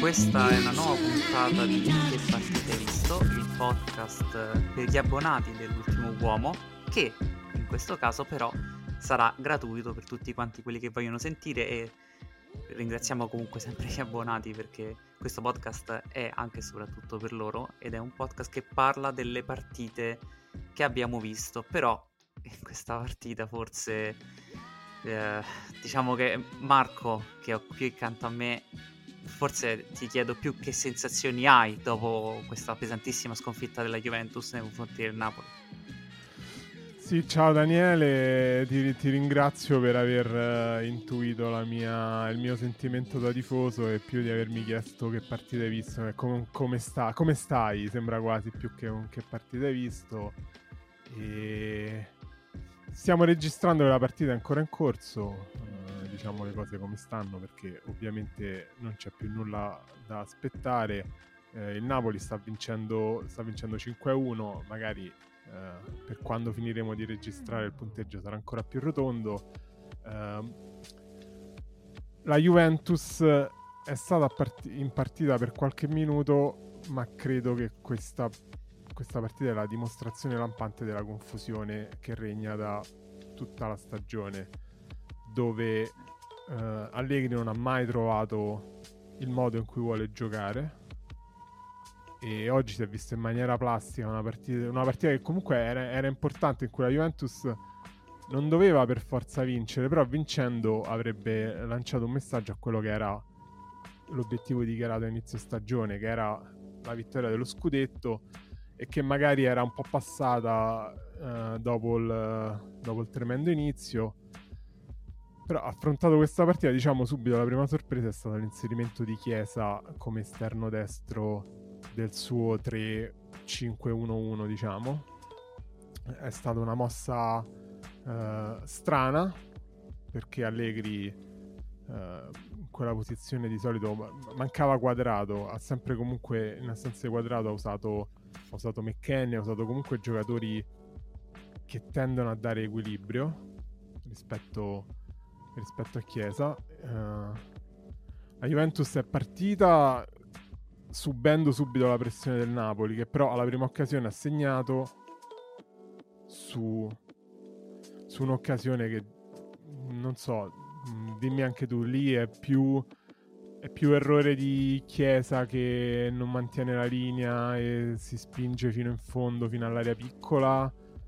Questa è una nuova puntata di Che partita hai visto, il podcast per gli abbonati dell'Ultimo Uomo, che in questo caso però sarà gratuito per tutti quanti quelli che vogliono sentire, e ringraziamo comunque sempre gli abbonati perché questo podcast è anche e soprattutto per loro, ed è un podcast che parla delle partite che abbiamo visto. Però in questa partita forse diciamo che Marco, che ho qui accanto a me, forse ti chiedo più che sensazioni hai dopo questa pesantissima sconfitta della Juventus nei confronti del Napoli. Sì, ciao Daniele, ti ringrazio per aver intuito il mio sentimento da tifoso e più di avermi chiesto che partita hai visto e come stai, sembra quasi più che un che partita hai visto. E stiamo registrando che la partita è ancora in corso, diciamo le cose come stanno perché ovviamente non c'è più nulla da aspettare. Il Napoli sta vincendo 5-1, magari per quando finiremo di registrare il punteggio sarà ancora più rotondo. La Juventus è stata in partita per qualche minuto, ma credo che questa partita è la dimostrazione lampante della confusione che regna da tutta la stagione, dove Allegri non ha mai trovato il modo in cui vuole giocare, e oggi si è vista in maniera plastica una partita che comunque era importante, in cui la Juventus non doveva per forza vincere, però vincendo avrebbe lanciato un messaggio a quello che era l'obiettivo dichiarato a inizio stagione, che era la vittoria dello scudetto, e che magari era un po' passata dopo il tremendo inizio. Però affrontato questa partita, diciamo subito la prima sorpresa è stato l'inserimento di Chiesa come esterno destro del suo 3-5-1-1, diciamo. È stata una mossa strana, perché Allegri in quella posizione di solito mancava Quadrato, ha sempre comunque in assenza di Quadrato ha usato McKennie, ha usato comunque giocatori che tendono a dare equilibrio rispetto a Chiesa. La Juventus è partita subendo subito la pressione del Napoli, che però alla prima occasione ha segnato su un'occasione che non so, dimmi anche tu, lì è più errore di Chiesa che non mantiene la linea e si spinge fino in fondo, fino all'area piccola.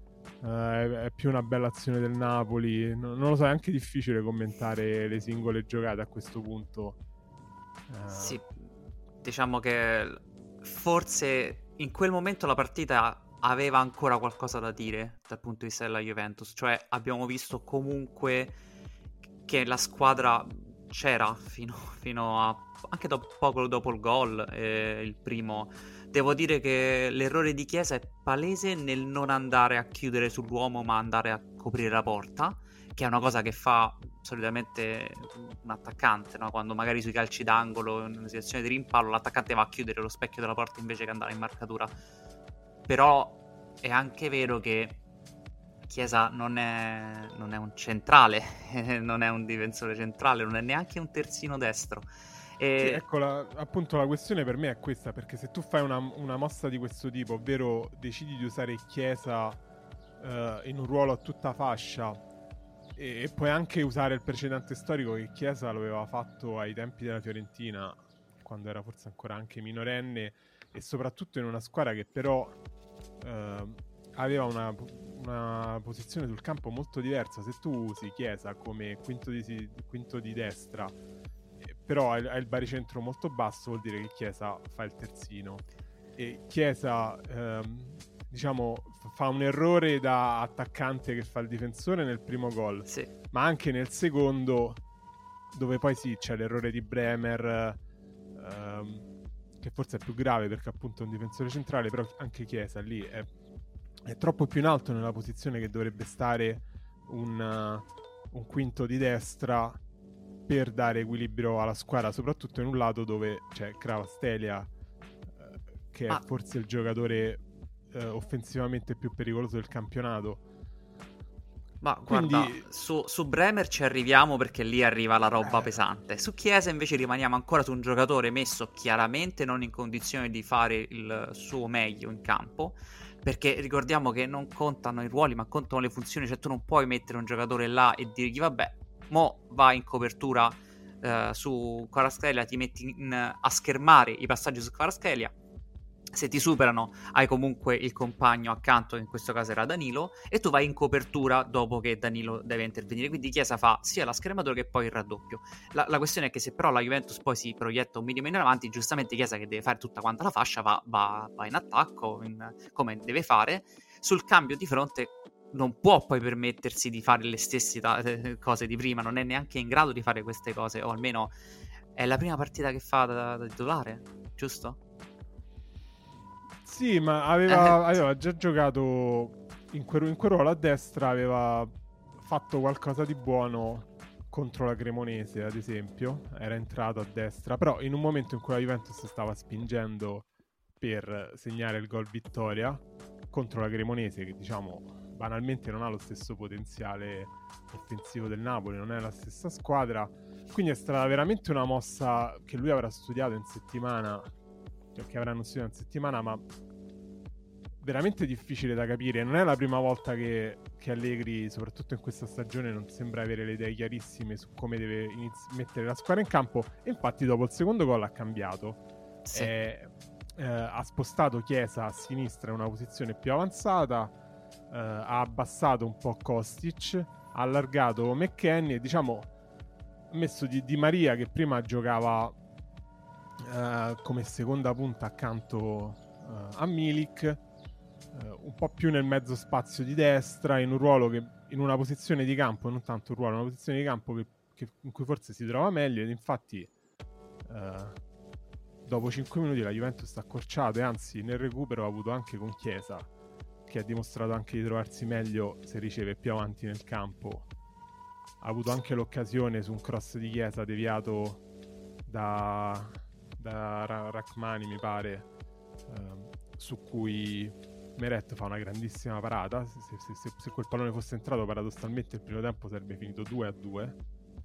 È più una bella azione del Napoli. Non lo so, è anche difficile commentare le singole giocate a questo punto. Sì, diciamo che forse in quel momento la partita aveva ancora qualcosa da dire dal punto di vista della Juventus, cioè abbiamo visto comunque che la squadra c'era fino a anche poco dopo il gol, il primo. Devo dire che l'errore di Chiesa è palese nel non andare a chiudere sull'uomo, ma andare a coprire la porta, che è una cosa che fa solitamente un attaccante, no? Quando magari sui calci d'angolo, in una situazione di rimpallo, l'attaccante va a chiudere lo specchio della porta invece che andare in marcatura. Però è anche vero che Chiesa non è un centrale, non è un difensore centrale, non è neanche un terzino destro. Sì, ecco, appunto la questione per me è questa, perché se tu fai una mossa di questo tipo, ovvero decidi di usare Chiesa in un ruolo a tutta fascia, e puoi anche usare il precedente storico che Chiesa lo aveva fatto ai tempi della Fiorentina, quando era forse ancora anche minorenne, e soprattutto in una squadra che però aveva una posizione sul campo molto diversa. Se tu usi Chiesa come quinto di destra, però hai il baricentro molto basso, vuol dire che Chiesa fa il terzino, e Chiesa diciamo fa un errore da attaccante che fa il difensore nel primo gol, sì, ma anche nel secondo, dove poi sì c'è l'errore di Bremer, che forse è più grave perché appunto è un difensore centrale, però anche Chiesa lì è troppo più in alto nella posizione che dovrebbe stare un quinto di destra, per dare equilibrio alla squadra, soprattutto in un lato dove c'è Kvaratskhelia, che è forse il giocatore offensivamente più pericoloso del campionato. Ma guarda, Quindi su Bremer ci arriviamo perché lì arriva la roba pesante. Su Chiesa invece rimaniamo ancora su un giocatore messo chiaramente non in condizione di fare il suo meglio in campo, perché ricordiamo che non contano i ruoli ma contano le funzioni, cioè tu non puoi mettere un giocatore là e dirgli vabbè, mo vai in copertura su Kvaratskhelia, ti metti a schermare i passaggi su Kvaratskhelia. Se ti superano, hai comunque il compagno accanto, che in questo caso era Danilo, e tu vai in copertura dopo che Danilo deve intervenire. Quindi Chiesa fa sia la schermatura che poi il raddoppio. La questione è che se però la Juventus poi si proietta un minimo in avanti, giustamente Chiesa, che deve fare tutta quanta la fascia, va in attacco, come deve fare. Sul cambio di fronte non può poi permettersi di fare le stesse cose di prima, non è neanche in grado di fare queste cose, o almeno è la prima partita che fa da titolare, giusto? sì, ma Eh, aveva già giocato in quel ruolo a destra, aveva fatto qualcosa di buono contro la Cremonese, ad esempio, era entrato a destra, però in un momento in cui la Juventus stava spingendo per segnare il gol vittoria contro la Cremonese, che diciamo banalmente non ha lo stesso potenziale offensivo del Napoli, non è la stessa squadra, quindi è stata veramente una mossa che lui avrà studiato in settimana, cioè che avranno studiato in settimana, ma veramente difficile da capire. Non è la prima volta che Allegri, soprattutto in questa stagione, non sembra avere le idee chiarissime su come deve mettere la squadra in campo. E infatti dopo il secondo gol ha cambiato. sì. Ha spostato Chiesa a sinistra in una posizione più avanzata, ha abbassato un po' Kostic, ha allargato McKennie e diciamo ha messo Di Maria, che prima giocava come seconda punta accanto a Milik, un po' più nel mezzo spazio di destra, in un ruolo che, in una posizione di campo, non tanto un ruolo, una posizione di campo in cui forse si trova meglio. Ed infatti dopo 5 minuti la Juventus sta accorciato, e anzi nel recupero ha avuto anche con Chiesa, che ha dimostrato anche di trovarsi meglio se riceve più avanti nel campo. Ha avuto anche l'occasione su un cross di Chiesa deviato da Rachmani, mi pare, su cui Meret fa una grandissima parata. Se quel pallone fosse entrato, paradossalmente il primo tempo sarebbe finito 2-2.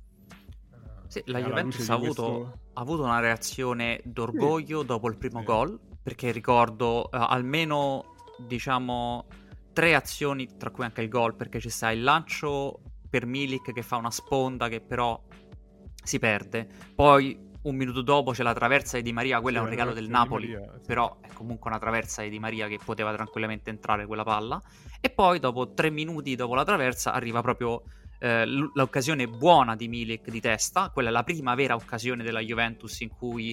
Sì, la E alla luce Juventus di questo, ha avuto una reazione sì, d'orgoglio dopo il primo sì, gol, perché ricordo almeno, diciamo, tre azioni, tra cui anche il gol, perché c'è sta il lancio per Milik che fa una sponda che però si perde, poi un minuto dopo c'è la traversa di Di Maria, quella sì, è un la regalo del traversa di Di Napoli, Maria, sì. però è comunque una traversa di Di Maria che poteva tranquillamente entrare quella palla, e poi dopo 3 minuti dopo la traversa arriva proprio l'occasione buona di Milik di testa, quella è la prima vera occasione della Juventus in cui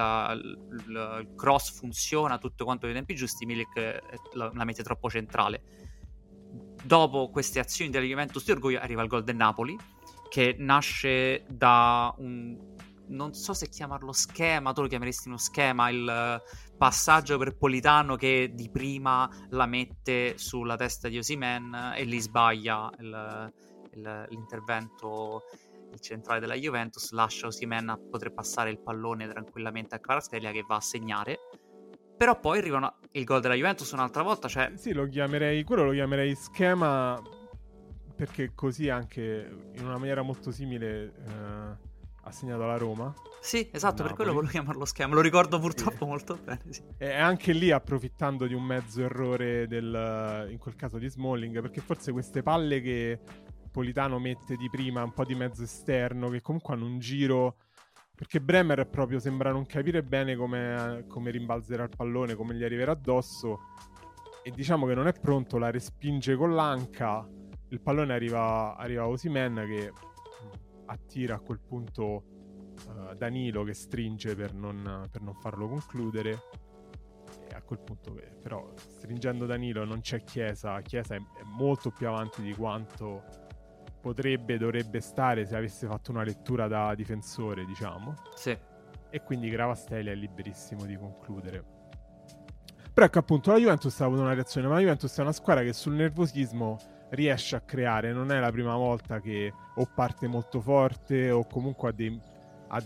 il cross funziona tutto quanto nei tempi giusti. Milik la mette troppo centrale. Dopo queste azioni della Juventus di orgoglio arriva il gol del Napoli, che nasce da un, non so se chiamarlo schema, tu lo chiameresti uno schema, il passaggio per Politano che di prima la mette sulla testa di Osimhen e lì sbaglia l'intervento, il centrale della Juventus, lascia Osimhen a poter passare il pallone tranquillamente a Kvaratskhelia che va a segnare. Però poi arriva il gol della Juventus un'altra volta, cioè Sì, quello lo chiamerei schema, perché così anche in una maniera molto simile ha segnato la Roma sì, a esatto, per quello Napoli. volevo chiamarlo schema, lo ricordo Sì. purtroppo molto bene, sì. E anche lì approfittando di un mezzo errore in quel caso di Smalling, perché forse queste palle che Politano mette di prima, un po' di mezzo esterno, che comunque hanno un giro, perché Bremer proprio sembra non capire bene come rimbalzerà il pallone, come gli arriverà addosso, e diciamo che non è pronto, la respinge con l'anca, il pallone arriva a Osimhen, che attira a quel punto Danilo, che stringe per non farlo concludere. E a quel punto però stringendo Danilo non c'è Chiesa è molto più avanti di quanto dovrebbe stare se avesse fatto una lettura da difensore, diciamo. Sì. E quindi Gravastella è liberissimo di concludere. Però ecco, appunto, la Juventus ha avuto una reazione, ma la Juventus è una squadra che sul nervosismo riesce a creare, non è la prima volta che o parte molto forte o comunque ha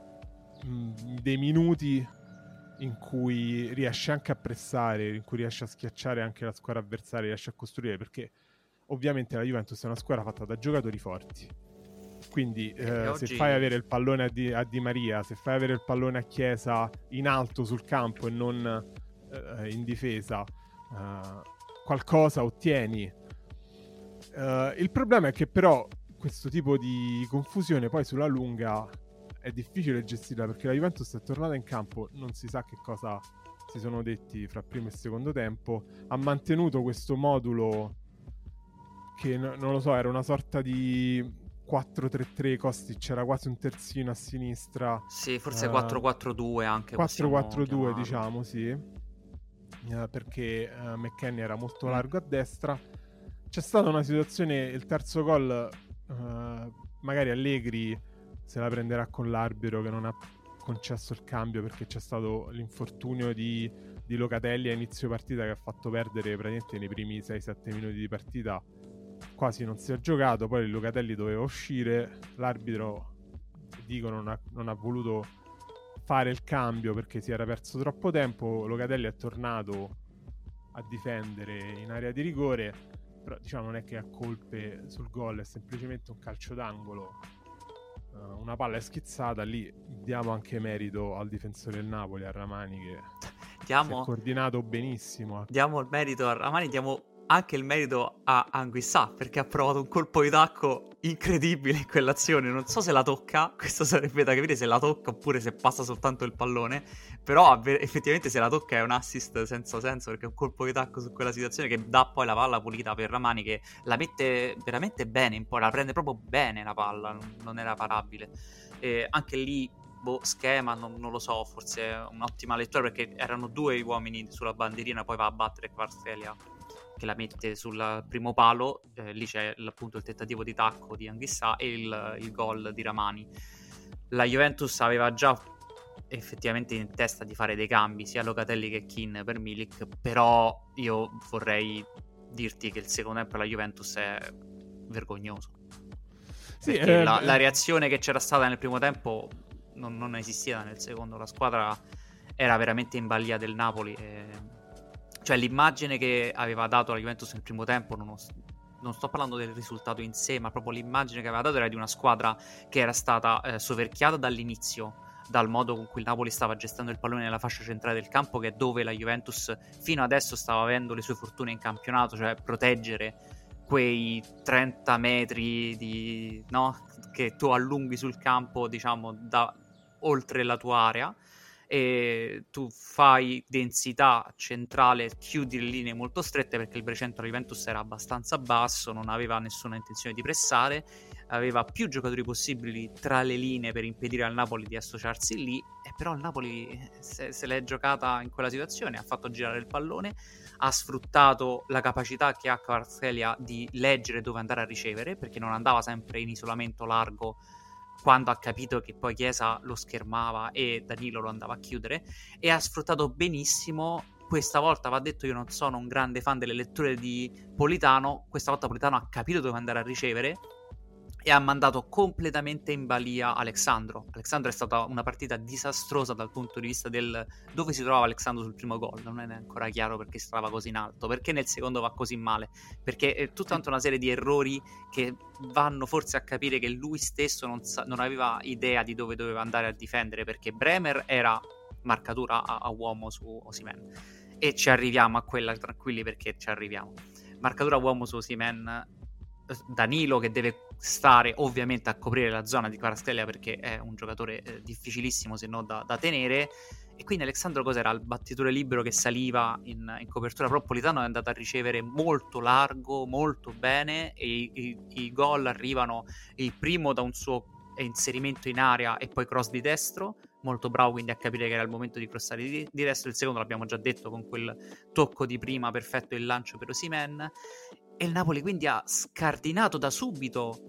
dei minuti in cui riesce anche a pressare, in cui riesce a schiacciare anche la squadra avversaria, riesce a costruire, perché ovviamente la Juventus è una squadra fatta da giocatori forti, quindi oggi... se fai avere il pallone a Di Maria, se fai avere il pallone a Chiesa in alto sul campo e non in difesa, qualcosa ottieni. Il problema è che però questo tipo di confusione poi sulla lunga è difficile gestirla, perché la Juventus è tornata in campo, non si sa che cosa si sono detti fra primo e secondo tempo, ha mantenuto questo modulo che non lo so, era una sorta di 4-3-3, Kostic c'era quasi un terzino a sinistra, sì, forse 4-4-2 anche 4-4-2 diciamo, sì, perché McKennie era molto largo a destra. C'è stata una situazione, il terzo gol, magari Allegri se la prenderà con l'arbitro che non ha concesso il cambio, perché c'è stato l'infortunio di Locatelli a inizio partita che ha fatto perdere praticamente nei primi 6-7 minuti di partita, quasi non si è giocato. Poi Locatelli doveva uscire, l'arbitro dicono non ha voluto fare il cambio perché si era perso troppo tempo. Locatelli è tornato a difendere in area di rigore, però diciamo non è che ha colpe sul gol, è semplicemente un calcio d'angolo, una palla è schizzata. Lì diamo anche merito al difensore del Napoli, a Ramani, che si è coordinato benissimo. Diamo il merito a Ramani, diamo anche il merito a Anguissà, perché ha provato un colpo di tacco incredibile in quell'azione. Non so se la tocca, questo sarebbe da capire se la tocca oppure se passa soltanto il pallone, però effettivamente se la tocca è un assist senza senso, perché è un colpo di tacco su quella situazione che dà poi la palla pulita per Ramani, che la mette veramente bene in poi, la prende proprio bene la palla, non era parabile. E anche lì schema, non lo so, forse un'ottima lettura, perché erano due uomini sulla bandierina, poi va a battere Kvaratskhelia che la mette sul primo palo, lì c'è appunto il tentativo di tacco di Anguissà e il gol di Ramani. La Juventus aveva già effettivamente in testa di fare dei cambi sia Locatelli che Kean per Milik, però io vorrei dirti che il secondo tempo la Juventus è vergognoso, sì, perché la reazione che c'era stata nel primo tempo non esisteva nel secondo. La squadra era veramente in balia del Napoli cioè l'immagine che aveva dato la Juventus nel primo tempo, non sto parlando del risultato in sé, ma proprio l'immagine che aveva dato era di una squadra che era stata soverchiata dall'inizio, dal modo con cui il Napoli stava gestendo il pallone nella fascia centrale del campo, che è dove la Juventus fino adesso stava avendo le sue fortune in campionato, cioè proteggere quei 30 metri che tu allunghi sul campo, diciamo, da oltre la tua area, e tu fai densità centrale, chiudi le linee molto strette, perché il brecentro della Juventus era abbastanza basso, non aveva nessuna intenzione di pressare, aveva più giocatori possibili tra le linee per impedire al Napoli di associarsi lì, e però il Napoli se l'è giocata in quella situazione, ha fatto girare il pallone, ha sfruttato la capacità che ha Kvaratskhelia di leggere dove andare a ricevere, perché non andava sempre in isolamento largo quando ha capito che poi Chiesa lo schermava e Danilo lo andava a chiudere, e ha sfruttato benissimo. Questa volta va detto, io non sono un grande fan delle letture di Politano, questa volta Politano ha capito dove andare a ricevere e ha mandato completamente in balia Alexandro. Alexandro è stata una partita disastrosa dal punto di vista del dove si trovava Alexandro sul primo gol. Non è ancora chiaro perché stava così in alto, perché nel secondo va così male, perché è tutta una serie di errori che vanno forse a capire che lui stesso non aveva idea di dove doveva andare a difendere, perché Bremer era marcatura a uomo su Osimhen, e ci arriviamo a quella, tranquilli, perché ci arriviamo. Marcatura a uomo su Osimhen, Danilo che deve stare ovviamente a coprire la zona di Kvaratskhelia, perché è un giocatore difficilissimo se no da tenere, e quindi Alexandro cos'era? Il battitore libero che saliva in copertura, però Politano è andato a ricevere molto largo, molto bene, e i gol arrivano, il primo da un suo inserimento in area e poi cross di destro, molto bravo quindi a capire che era il momento di crossare di destro. Il secondo l'abbiamo già detto con quel tocco di prima perfetto, il lancio per Osimhen, e il Napoli quindi ha scardinato da subito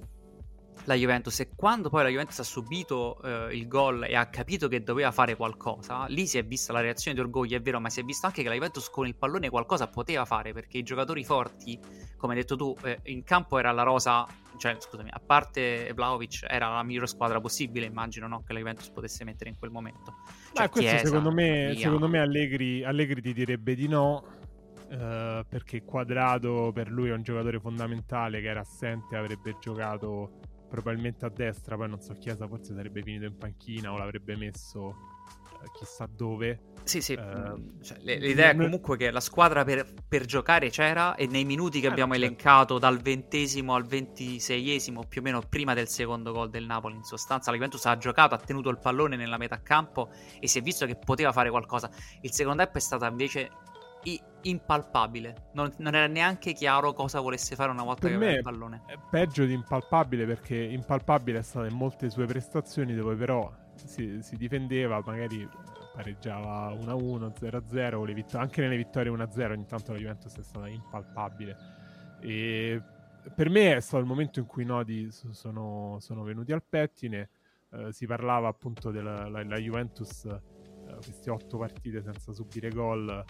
la Juventus, e quando poi la Juventus ha subito il gol e ha capito che doveva fare qualcosa, lì si è vista la reazione di orgoglio, è vero, ma si è visto anche che la Juventus con il pallone qualcosa poteva fare, perché i giocatori forti, come hai detto tu, in campo era la rosa, cioè scusami, a parte Vlahovic era la migliore squadra possibile, immagino, no, che la Juventus potesse mettere in quel momento. Cioè, questo Chiesa, secondo me Allegri ti direbbe di no, perché Quadrado per lui è un giocatore fondamentale che era assente, avrebbe giocato probabilmente a destra, poi non so, Chiesa forse sarebbe finito in panchina o l'avrebbe messo chissà dove. Sì, cioè, l'idea è no, comunque che la squadra per giocare c'era, e nei minuti che abbiamo certo. elencato dal 20esimo al 26esimo, più o meno prima del secondo gol del Napoli, in sostanza la Juventus ha giocato, ha tenuto il pallone nella metà campo e si è visto che poteva fare qualcosa. Il secondo tempo è stata invece impalpabile, non era neanche chiaro cosa volesse fare una volta Per che aveva il me pallone. è peggio di impalpabile, perché impalpabile è stato in molte sue prestazioni dove però si difendeva, magari pareggiava 1-1, 0-0, anche nelle vittorie 1-0 ogni tanto la Juventus è stata impalpabile. E per me è stato il momento in cui i nodi sono venuti al pettine. Si parlava appunto della la Juventus, queste 8 partite senza subire gol,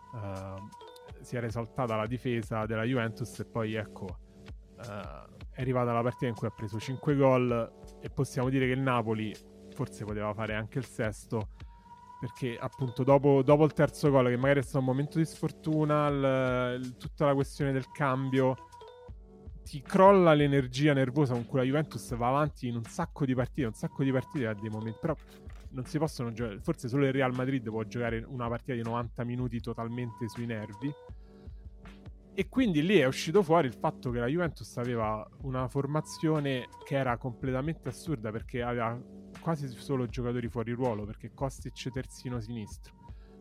si era esaltata la difesa della Juventus e poi ecco è arrivata la partita in cui ha preso 5 gol e possiamo dire che il Napoli forse poteva fare anche il sesto, perché appunto dopo il terzo gol, che magari è stato un momento di sfortuna, tutta la questione del cambio, ti crolla l'energia nervosa con cui la Juventus va avanti in un sacco di partite a dei momenti, però non si possono giocare, forse solo il Real Madrid può giocare una partita di 90 minuti totalmente sui nervi. E quindi lì è uscito fuori il fatto che la Juventus aveva una formazione che era completamente assurda, perché aveva quasi solo giocatori fuori ruolo, perché Kostic terzino sinistro,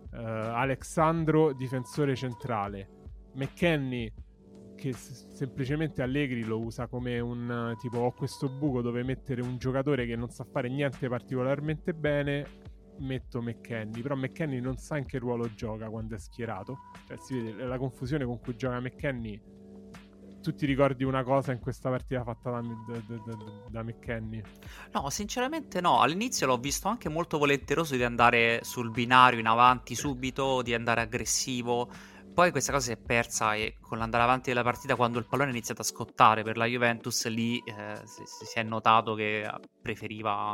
Alexandro difensore centrale, McKennie che semplicemente Allegri lo usa come un tipo, ho questo buco dove mettere un giocatore che non sa fare niente particolarmente bene, metto McKennie, però McKennie non sa in che ruolo gioca quando è schierato, cioè si vede la confusione con cui gioca McKennie. Tu ti ricordi una cosa in questa partita fatta da McKennie? No, sinceramente no. All'inizio l'ho visto anche molto volenteroso di andare sul binario in avanti subito, di andare aggressivo. Poi questa cosa si è persa e con l'andare avanti della partita, quando il pallone è iniziato a scottare per la Juventus, lì si è notato che preferiva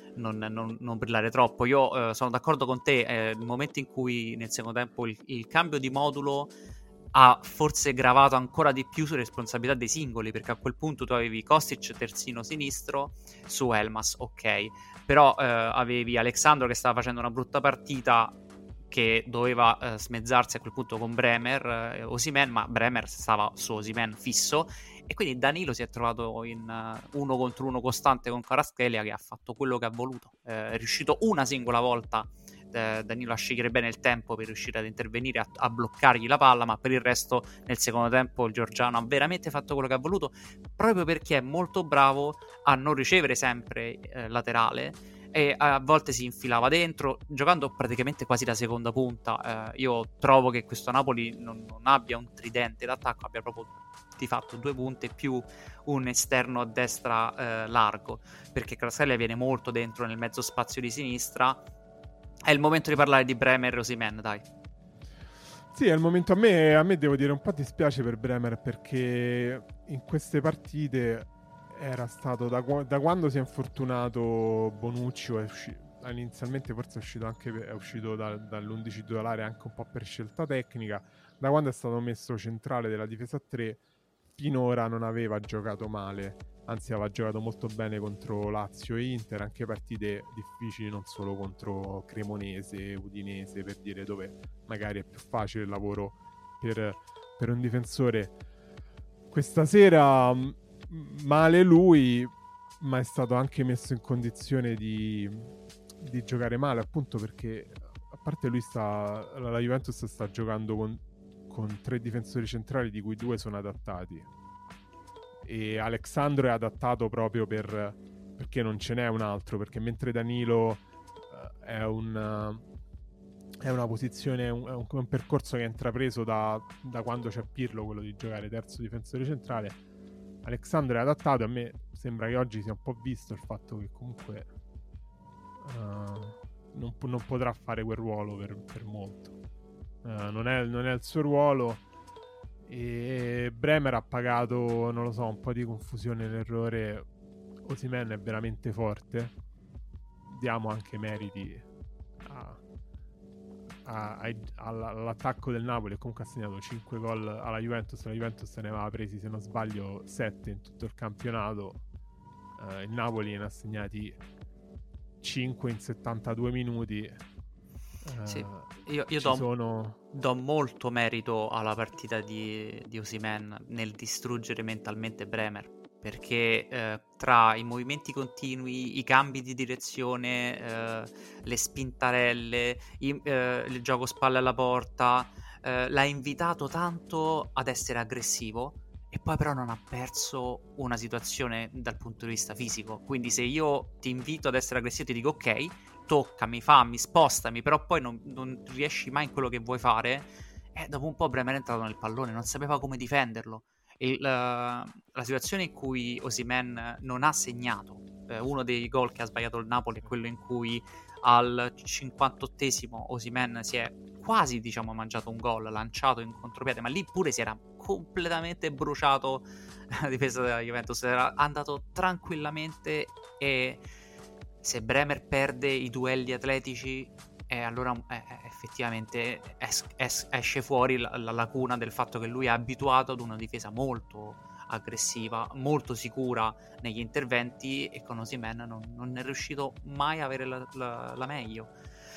non brillare troppo. Io sono d'accordo con te, il momento in cui nel secondo tempo il cambio di modulo ha forse gravato ancora di più sulle responsabilità dei singoli, perché a quel punto tu avevi Kostic terzino sinistro su Elmas, ok, però avevi Alexandro che stava facendo una brutta partita, che doveva smezzarsi a quel punto con Bremer, Osimhen, ma Bremer stava su Osimhen fisso, e quindi Danilo si è trovato in uno contro uno costante con Kvaratskhelia, che ha fatto quello che ha voluto, è riuscito una singola volta Danilo a scegliere bene il tempo per riuscire ad intervenire, a bloccargli la palla, ma per il resto nel secondo tempo il Giorgiano ha veramente fatto quello che ha voluto, proprio perché è molto bravo a non ricevere sempre laterale, e a volte si infilava dentro, giocando praticamente quasi da seconda punta. Io trovo che questo Napoli non abbia un tridente d'attacco, abbia proprio di fatto due punte più un esterno a destra largo, perché Kvaratskhelia viene molto dentro nel mezzo spazio di sinistra. È il momento di parlare di Bremer e Osimhen, dai. Sì, è il momento. A me devo dire un po' dispiace per Bremer, perché in queste partite era stato da quando si è infortunato Bonucci, inizialmente forse è uscito dall'11 titolare anche un po' per scelta tecnica. Da quando è stato messo centrale della difesa a 3 finora non aveva giocato male, anzi aveva giocato molto bene contro Lazio e Inter, anche partite difficili, non solo contro Cremonese, Udinese, per dire, dove magari è più facile il lavoro per un difensore. Questa sera male lui, ma è stato anche messo in condizione di giocare male, appunto perché a parte lui la Juventus sta giocando con 3 difensori centrali, di cui 2 sono adattati, e Alexandro è adattato proprio perché non ce n'è un altro, perché mentre Danilo è una posizione, è un percorso che è intrapreso da quando c'è Pirlo, quello di giocare terzo difensore centrale. Alexandro è adattato, a me sembra che oggi sia un po' visto il fatto che comunque non potrà fare quel ruolo per molto. Non è il suo ruolo, e Bremer ha pagato, non lo so, un po' di confusione, l'errore. Osimhen è veramente forte, diamo anche meriti all'attacco del Napoli, e comunque ha segnato 5 gol alla Juventus. La Juventus ne aveva presi, se non sbaglio, 7 in tutto il campionato. Il Napoli ne ha segnati 5 in 72 minuti. Sì, io do molto merito alla partita di Osimhen nel distruggere mentalmente Bremer, perché tra i movimenti continui, i cambi di direzione, le spintarelle, il gioco spalle alla porta, l'ha invitato tanto ad essere aggressivo, e poi però non ha perso una situazione dal punto di vista fisico. Quindi se io ti invito ad essere aggressivo, ti dico ok, toccami, fammi, spostami, però poi non riesci mai in quello che vuoi fare, e dopo un po' Bremer è entrato nel pallone, non sapeva come difenderlo. E la situazione in cui Osimhen non ha segnato, uno dei gol che ha sbagliato il Napoli è quello in cui al 58esimo Osimhen si è quasi, diciamo, mangiato un gol lanciato in contropiede, ma lì pure si era completamente bruciato la difesa della Juventus, era andato tranquillamente. E se Bremer perde i duelli atletici, allora effettivamente esce fuori la lacuna del fatto che lui è abituato ad una difesa molto aggressiva, molto sicura negli interventi, e con Osimhen non è riuscito mai a avere la meglio.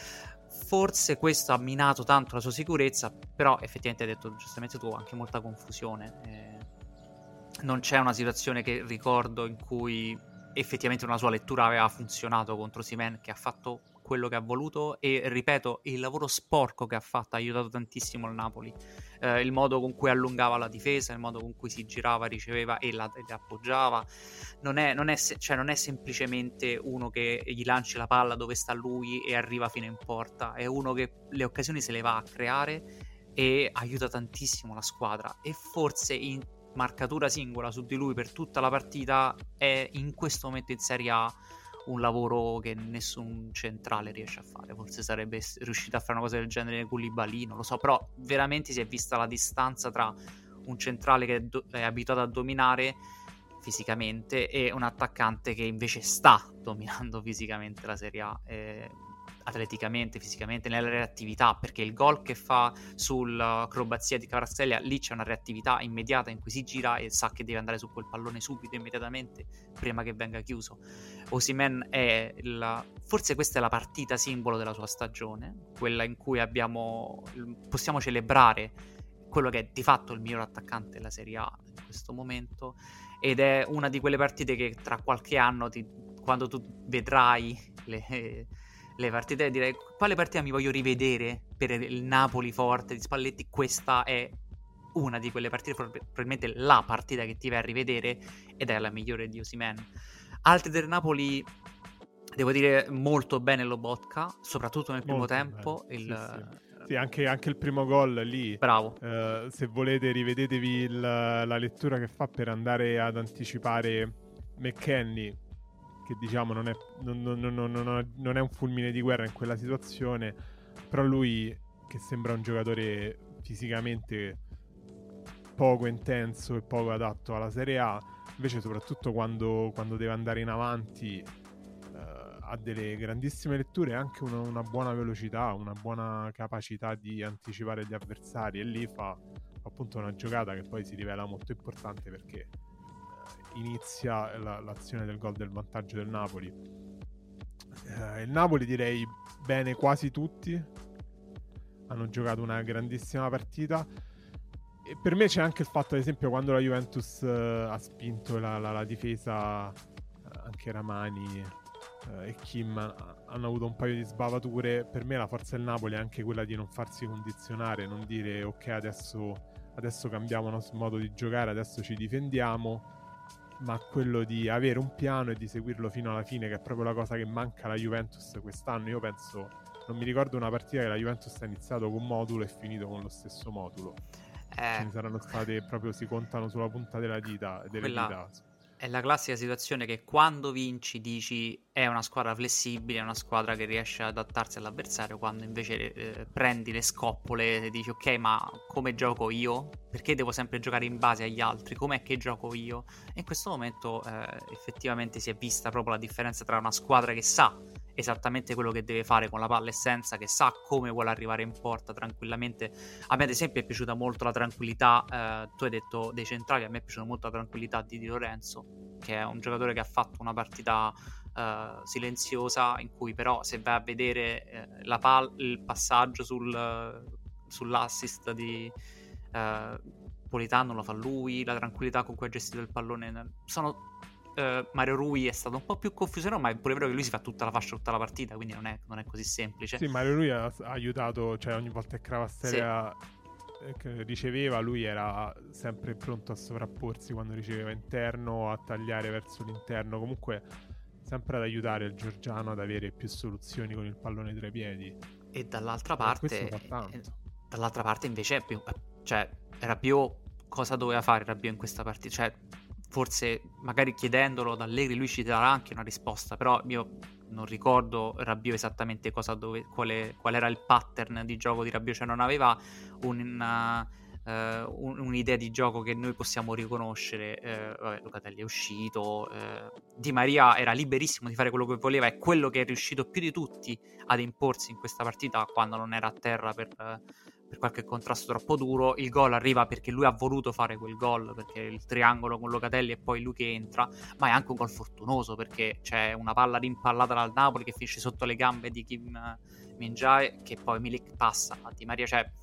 Forse questo ha minato tanto la sua sicurezza, però effettivamente, hai detto giustamente tu, anche molta confusione. Non c'è una situazione che ricordo in cui effettivamente una sua lettura aveva funzionato contro Osimhen, che ha fatto quello che ha voluto, e ripeto, il lavoro sporco che ha fatto ha aiutato tantissimo il Napoli, il modo con cui allungava la difesa, il modo con cui si girava, riceveva e la appoggiava. Non è semplicemente uno che gli lanci la palla dove sta lui e arriva fino in porta, è uno che le occasioni se le va a creare e aiuta tantissimo la squadra. E forse in marcatura singola su di lui per tutta la partita è in questo momento in Serie A un lavoro che nessun centrale riesce a fare. Forse sarebbe riuscito a fare una cosa del genere Koulibaly, non lo so, però veramente si è vista la distanza tra un centrale che è abituato a dominare fisicamente e un attaccante che invece sta dominando fisicamente la Serie A, atleticamente, fisicamente, nella reattività, perché il gol che fa sull'acrobazia di Kvaratskhelia, lì c'è una reattività immediata in cui si gira e sa che deve andare su quel pallone subito, immediatamente, prima che venga chiuso. Osimhen è forse questa è la partita simbolo della sua stagione, quella in cui possiamo celebrare quello che è di fatto il miglior attaccante della Serie A in questo momento, ed è una di quelle partite che tra qualche anno, quando tu vedrai le partite, direi: quale partita mi voglio rivedere per il Napoli forte di Spalletti? Questa è una di quelle partite, probabilmente la partita che ti vai a rivedere, ed è la migliore di Osimhen. Altre del Napoli, devo dire molto bene Lobotka, soprattutto nel primo tempo. Sì, anche il primo gol lì. Bravo. Se volete, rivedetevi la lettura che fa per andare ad anticipare McKennie, che diciamo non è un fulmine di guerra in quella situazione, però lui, che sembra un giocatore fisicamente poco intenso e poco adatto alla Serie A, invece soprattutto quando deve andare in avanti ha delle grandissime letture e anche una buona velocità, una buona capacità di anticipare gli avversari, e lì fa appunto una giocata che poi si rivela molto importante, perché inizia l'azione del gol del vantaggio del Napoli. Il Napoli, direi bene quasi tutti, hanno giocato una grandissima partita, e per me c'è anche il fatto, ad esempio, quando la Juventus ha spinto la difesa, anche Ramani e Kim hanno avuto un paio di sbavature. Per me la forza del Napoli è anche quella di non farsi condizionare, non dire ok, adesso cambiamo il nostro modo di giocare, adesso ci difendiamo, ma quello di avere un piano e di seguirlo fino alla fine, che è proprio la cosa che manca alla Juventus quest'anno. Io penso, non mi ricordo una partita che la Juventus ha iniziato con modulo e finito con lo stesso modulo. Ce ne saranno state, proprio si contano sulla punta delle dita. È la classica situazione che quando vinci dici è una squadra flessibile, è una squadra che riesce ad adattarsi all'avversario, quando invece prendi le scoppole e dici ok, ma come gioco io? Perché devo sempre giocare in base agli altri? Com'è che gioco io? E in questo momento effettivamente si è vista proprio la differenza tra una squadra che sa esattamente quello che deve fare con la palla e senza, che sa come vuole arrivare in porta tranquillamente. A me ad esempio è piaciuta molto la tranquillità, tu hai detto dei centrali, a me è piaciuta molto la tranquillità di Di Lorenzo, che è un giocatore che ha fatto una partita silenziosa, in cui però se vai a vedere il passaggio sull'assist di Politano lo fa lui, la tranquillità con cui ha gestito il pallone Mario Rui è stato un po' più confusionato, ma è pure vero che lui si fa tutta la fascia tutta la partita, quindi non è così semplice. Sì, Mario lui ha aiutato, cioè ogni volta che Cravasteria che riceveva, lui era sempre pronto a sovrapporsi quando riceveva interno, a tagliare verso l'interno, comunque sempre ad aiutare il georgiano ad avere più soluzioni con il pallone tra i piedi. E dall'altra parte, questo fa tanto. Dall'altra parte invece è più, cioè Rabiot cosa doveva fare Rabiot in questa partita? Cioè forse magari chiedendolo da Allegri lui ci darà anche una risposta, però io non ricordo Rabiot esattamente qual era il pattern di gioco di Rabiot, cioè non aveva un'idea di gioco che noi possiamo riconoscere. Vabbè, Locatelli è uscito, Di Maria era liberissimo di fare quello che voleva, è quello che è riuscito più di tutti ad imporsi in questa partita quando non era a terra per qualche contrasto troppo duro. Il gol arriva perché lui ha voluto fare quel gol, perché il triangolo con Locatelli e poi lui che entra, ma è anche un gol fortunoso perché c'è una palla rimpallata dal Napoli che finisce sotto le gambe di Kim Min-jae, che poi Milik passa a Di Maria. Cioè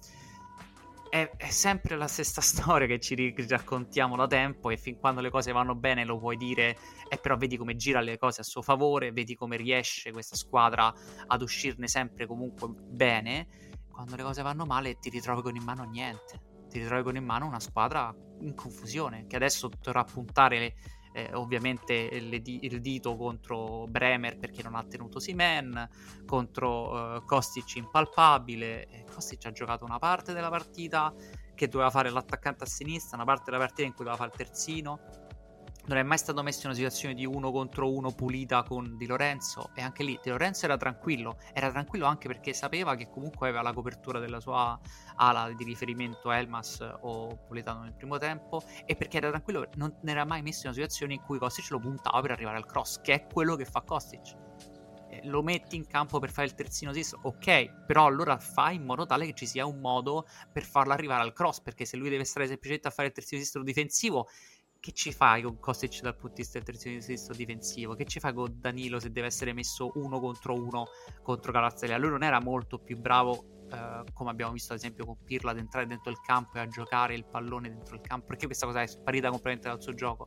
è sempre la stessa storia che ci raccontiamo da tempo, e fin quando le cose vanno bene lo puoi dire, e però vedi come gira le cose a suo favore, vedi come riesce questa squadra ad uscirne sempre comunque bene. Quando le cose vanno male ti ritrovi con in mano niente, ti ritrovi con in mano una squadra in confusione, che adesso dovrà puntare ovviamente il dito contro Bremer perché non ha tenuto Osimhen, contro Kostic impalpabile. Kostic ha giocato una parte della partita che doveva fare l'attaccante a sinistra, una parte della partita in cui doveva fare il terzino. Non è mai stato messo in una situazione di 1 contro 1 pulita con Di Lorenzo, e anche lì Di Lorenzo era tranquillo anche perché sapeva che comunque aveva la copertura della sua ala di riferimento, Elmas o Politano nel primo tempo, e perché era tranquillo, non era mai messo in una situazione in cui Kostic lo puntava per arrivare al cross, che è quello che fa Kostic. Lo metti in campo per fare il terzino sinistro, ok, però allora fai in modo tale che ci sia un modo per farlo arrivare al cross, perché se lui deve stare semplicemente a fare il terzino sinistro difensivo, che ci fai con Kostic dal punto di vista del terzino sinistro difensivo? Che ci fai con Danilo se deve essere messo 1 contro 1 contro Kvaratskhelia? Lui non era molto più bravo, come abbiamo visto ad esempio con Pirlo, ad entrare dentro il campo e a giocare il pallone dentro il campo, perché questa cosa è sparita completamente dal suo gioco.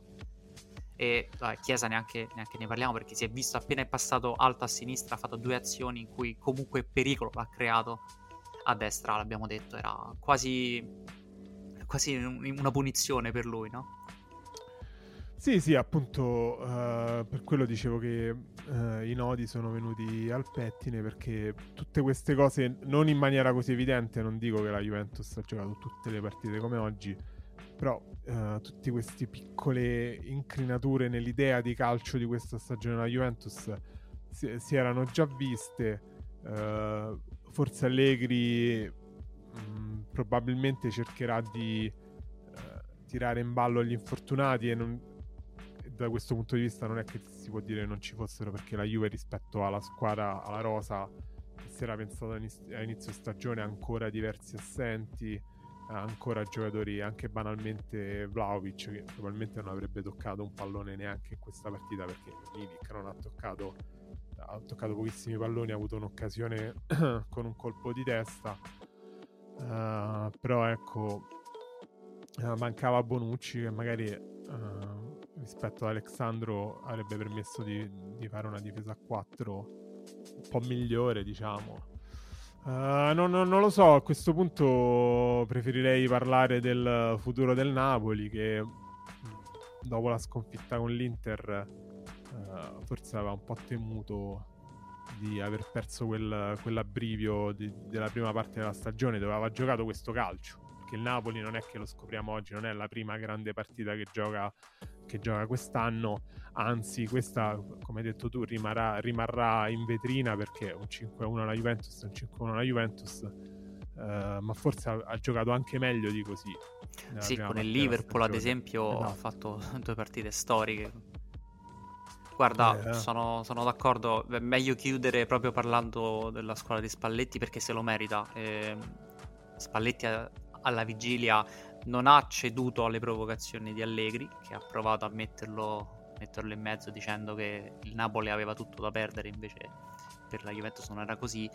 E Chiesa neanche ne parliamo, perché si è visto appena è passato alto a sinistra, ha fatto 2 azioni in cui comunque pericolo l'ha creato. A destra, l'abbiamo detto, era quasi una punizione per lui, no? Sì, appunto, per quello dicevo che i nodi sono venuti al pettine, perché tutte queste cose, non in maniera così evidente, non dico che la Juventus ha giocato tutte le partite come oggi, però tutte queste piccole incrinature nell'idea di calcio di questa stagione della Juventus si erano già viste. Forse Allegri probabilmente cercherà di tirare in ballo gli infortunati, e da questo punto di vista non è che si può dire che non ci fossero, perché la Juve rispetto alla squadra, alla rosa che si era pensato a inizio stagione, ancora diversi assenti, ancora giocatori, anche banalmente Vlahovic, che probabilmente non avrebbe toccato un pallone neanche in questa partita, perché Milik non ha toccato pochissimi palloni, ha avuto un'occasione con un colpo di testa, però ecco, mancava Bonucci, che magari rispetto ad Alexandro avrebbe permesso di fare una difesa a 4 un po' migliore, diciamo. Non lo so, a questo punto preferirei parlare del futuro del Napoli, che dopo la sconfitta con l'Inter forse aveva un po' temuto di aver perso quell'abbrivio della prima parte della stagione, dove aveva giocato questo calcio, perché il Napoli non è che lo scopriamo oggi, non è la prima grande partita che gioca quest'anno, anzi questa, come hai detto tu, rimarrà in vetrina, perché un 5-1 alla Juventus è un 5-1 alla Juventus, ma forse ha giocato anche meglio di così. Sì, con il Liverpool ad esempio, esatto. Ha fatto 2 partite storiche. Guarda, sono d'accordo. È meglio chiudere proprio parlando della squadra di Spalletti, perché se lo merita. Spalletti alla vigilia non ha ceduto alle provocazioni di Allegri, che ha provato a metterlo in mezzo dicendo che il Napoli aveva tutto da perdere, invece per la Juventus non era così.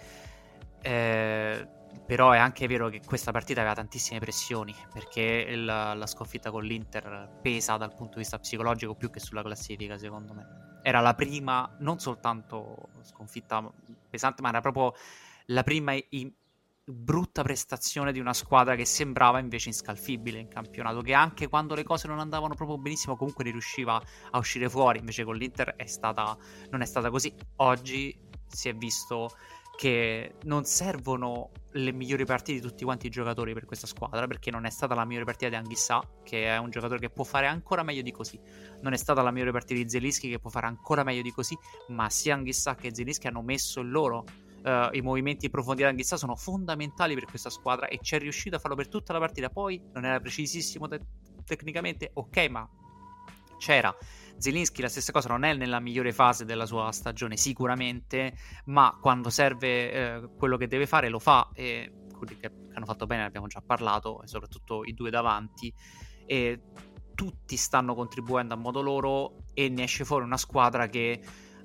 Però è anche vero che questa partita aveva tantissime pressioni, perché la sconfitta con l'Inter pesa dal punto di vista psicologico più che sulla classifica, secondo me. Era la prima, non soltanto sconfitta pesante, ma era proprio la prima brutta prestazione di una squadra che sembrava invece inscalfibile in campionato, che anche quando le cose non andavano proprio benissimo comunque riusciva a uscire fuori. Invece con l'Inter non è stata così. Oggi si è visto che non servono le migliori partite di tutti quanti i giocatori per questa squadra, perché non è stata la migliore partita di Anghissà, che è un giocatore che può fare ancora meglio di così, non è stata la migliore partita di Zelinski, che può fare ancora meglio di così, ma sia Anghissà che Zelinski hanno messo il loro. I movimenti in profondità di Anghissà sono fondamentali per questa squadra e ci è riuscito a farlo per tutta la partita. Poi non era precisissimo tecnicamente, ok, ma c'era. Zelinski la stessa cosa, non è nella migliore fase della sua stagione sicuramente, ma quando serve quello che deve fare lo fa, e quelli che hanno fatto bene ne abbiamo già parlato, e soprattutto i due davanti, e tutti stanno contribuendo a modo loro, e ne esce fuori una squadra che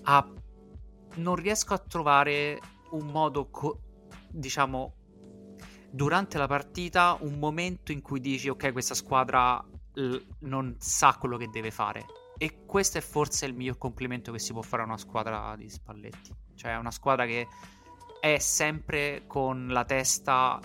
non riesco a trovare un modo diciamo durante la partita un momento in cui dici ok, questa squadra non sa quello che deve fare. E questo è forse il miglior complimento che si può fare a una squadra di Spalletti. Cioè una squadra che è sempre con la testa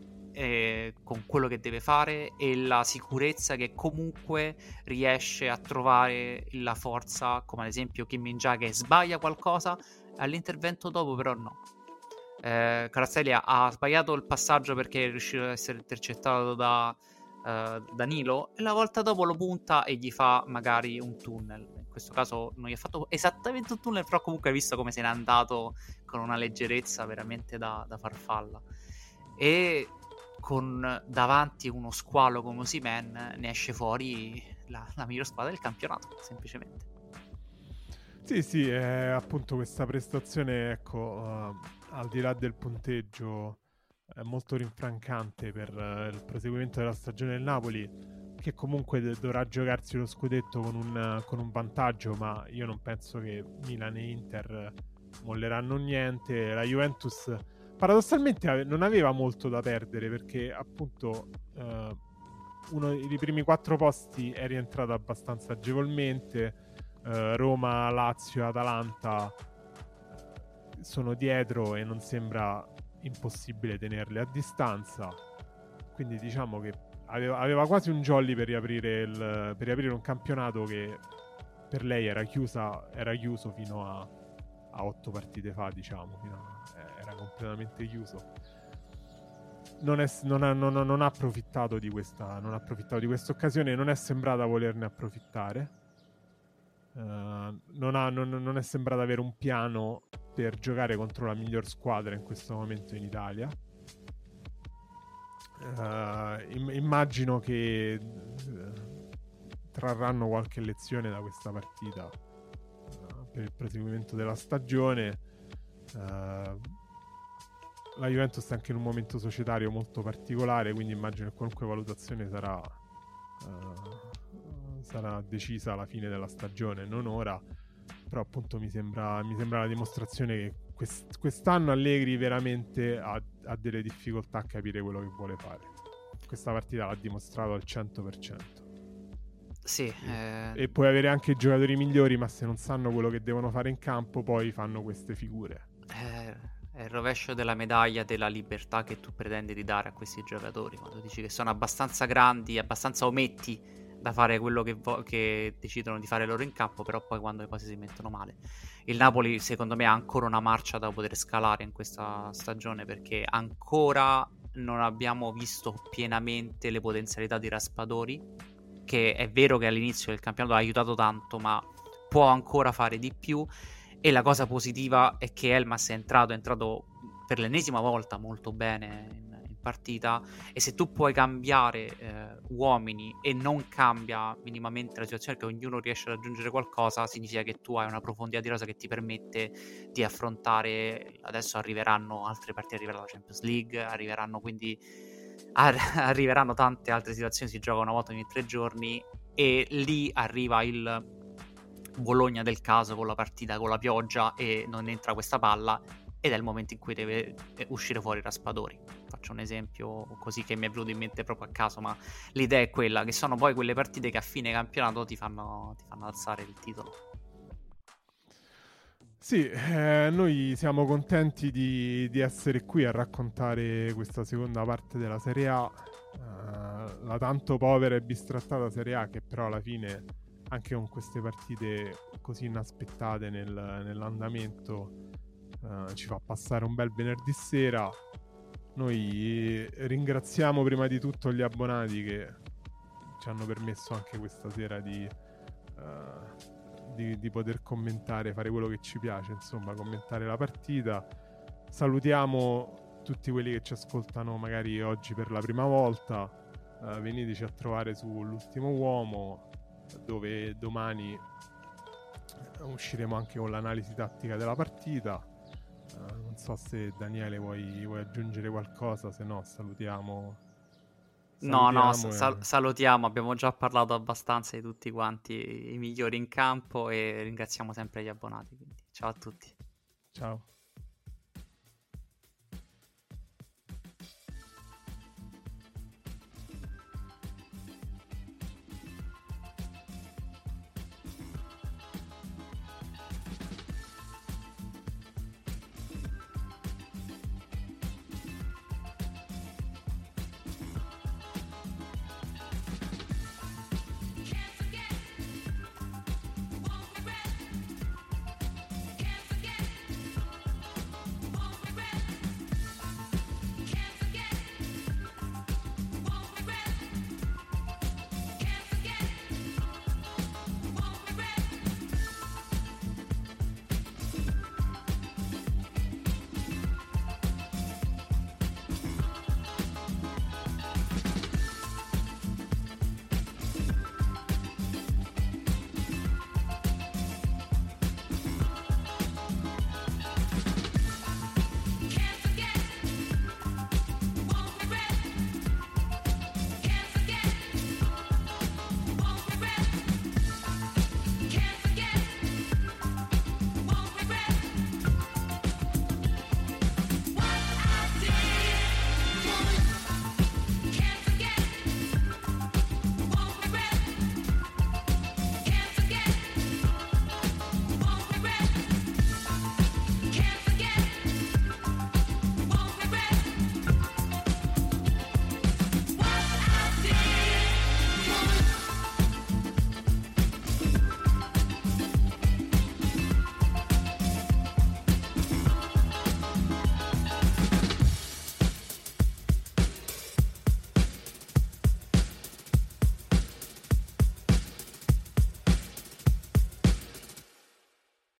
con quello che deve fare, e la sicurezza che comunque riesce a trovare la forza, come ad esempio Kim Min-jae che sbaglia qualcosa, all'intervento dopo però no. Kvaratskhelia ha sbagliato il passaggio perché è riuscito ad essere intercettato da Danilo, e la volta dopo lo punta e gli fa magari un tunnel. In questo caso non gli ha fatto esattamente un tunnel, però comunque hai visto come se n'è andato con una leggerezza veramente da farfalla. E con davanti uno squalo come Osimhen ne esce fuori la miglior squadra del campionato, semplicemente. Sì, appunto questa prestazione, ecco, al di là del punteggio, è molto rinfrancante per il proseguimento della stagione del Napoli, che comunque dovrà giocarsi lo scudetto con un vantaggio, ma io non penso che Milan e Inter molleranno niente. La Juventus paradossalmente non aveva molto da perdere, perché appunto uno dei primi 4 posti è rientrato abbastanza agevolmente. Roma, Lazio e Atalanta sono dietro e non sembra impossibile tenerle a distanza, quindi diciamo che aveva quasi un jolly per riaprire un campionato che per lei era chiuso fino a 8 partite fa, diciamo, era completamente chiuso. Non ha approfittato di questa occasione, non è sembrata volerne approfittare. Non è sembrata avere un piano per giocare contro la miglior squadra in questo momento in Italia. Immagino che trarranno qualche lezione da questa partita per il proseguimento della stagione. La Juventus è anche in un momento societario molto particolare, quindi immagino che qualunque valutazione sarà decisa alla fine della stagione, non ora. Però appunto mi sembra la dimostrazione che quest'anno Allegri veramente ha delle difficoltà a capire quello che vuole fare. Questa partita l'ha dimostrato al 100%. Sì, e puoi avere anche i giocatori migliori, ma se non sanno quello che devono fare in campo poi fanno queste figure. È il rovescio della medaglia della libertà che tu pretendi di dare a questi giocatori, quando dici che sono abbastanza grandi, abbastanza ometti da fare quello che decidono di fare loro in campo, però poi quando le cose si mettono male. Il Napoli secondo me ha ancora una marcia da poter scalare in questa stagione, perché ancora non abbiamo visto pienamente le potenzialità di Raspadori, che è vero che all'inizio del campionato ha aiutato tanto, ma può ancora fare di più. E la cosa positiva è che Elmas è entrato per l'ennesima volta molto bene in partita, e se tu puoi cambiare uomini e non cambia minimamente la situazione, che ognuno riesce ad aggiungere qualcosa, significa che tu hai una profondità di rosa che ti permette di affrontare. Adesso arriveranno altre partite, arriverà la Champions League, arriveranno quindi arriveranno tante altre situazioni, si gioca una volta ogni 3 giorni, e lì arriva il Bologna del caso con la partita con la pioggia e non entra questa palla, ed è il momento in cui deve uscire fuori Raspadori. Faccio un esempio così che mi è venuto in mente proprio a caso, ma l'idea è quella, che sono poi quelle partite che a fine campionato ti fanno alzare il titolo. Sì, noi siamo contenti di essere qui a raccontare questa seconda parte della Serie A, la tanto povera e bistrattata Serie A, che però alla fine, anche con queste partite così inaspettate nell'andamento, ci fa passare un bel venerdì sera. Noi ringraziamo prima di tutto gli abbonati che ci hanno permesso anche questa sera di poter commentare, fare quello che ci piace, insomma, commentare la partita. Salutiamo tutti quelli che ci ascoltano magari oggi per la prima volta. Veniteci a trovare sull'Ultimo Uomo, dove domani usciremo anche con l'analisi tattica della partita. Non so se Daniele vuoi aggiungere qualcosa, se no salutiamo. No, E... salutiamo, abbiamo già parlato abbastanza di tutti quanti i migliori in campo, e ringraziamo sempre gli abbonati, quindi ciao a tutti. Ciao.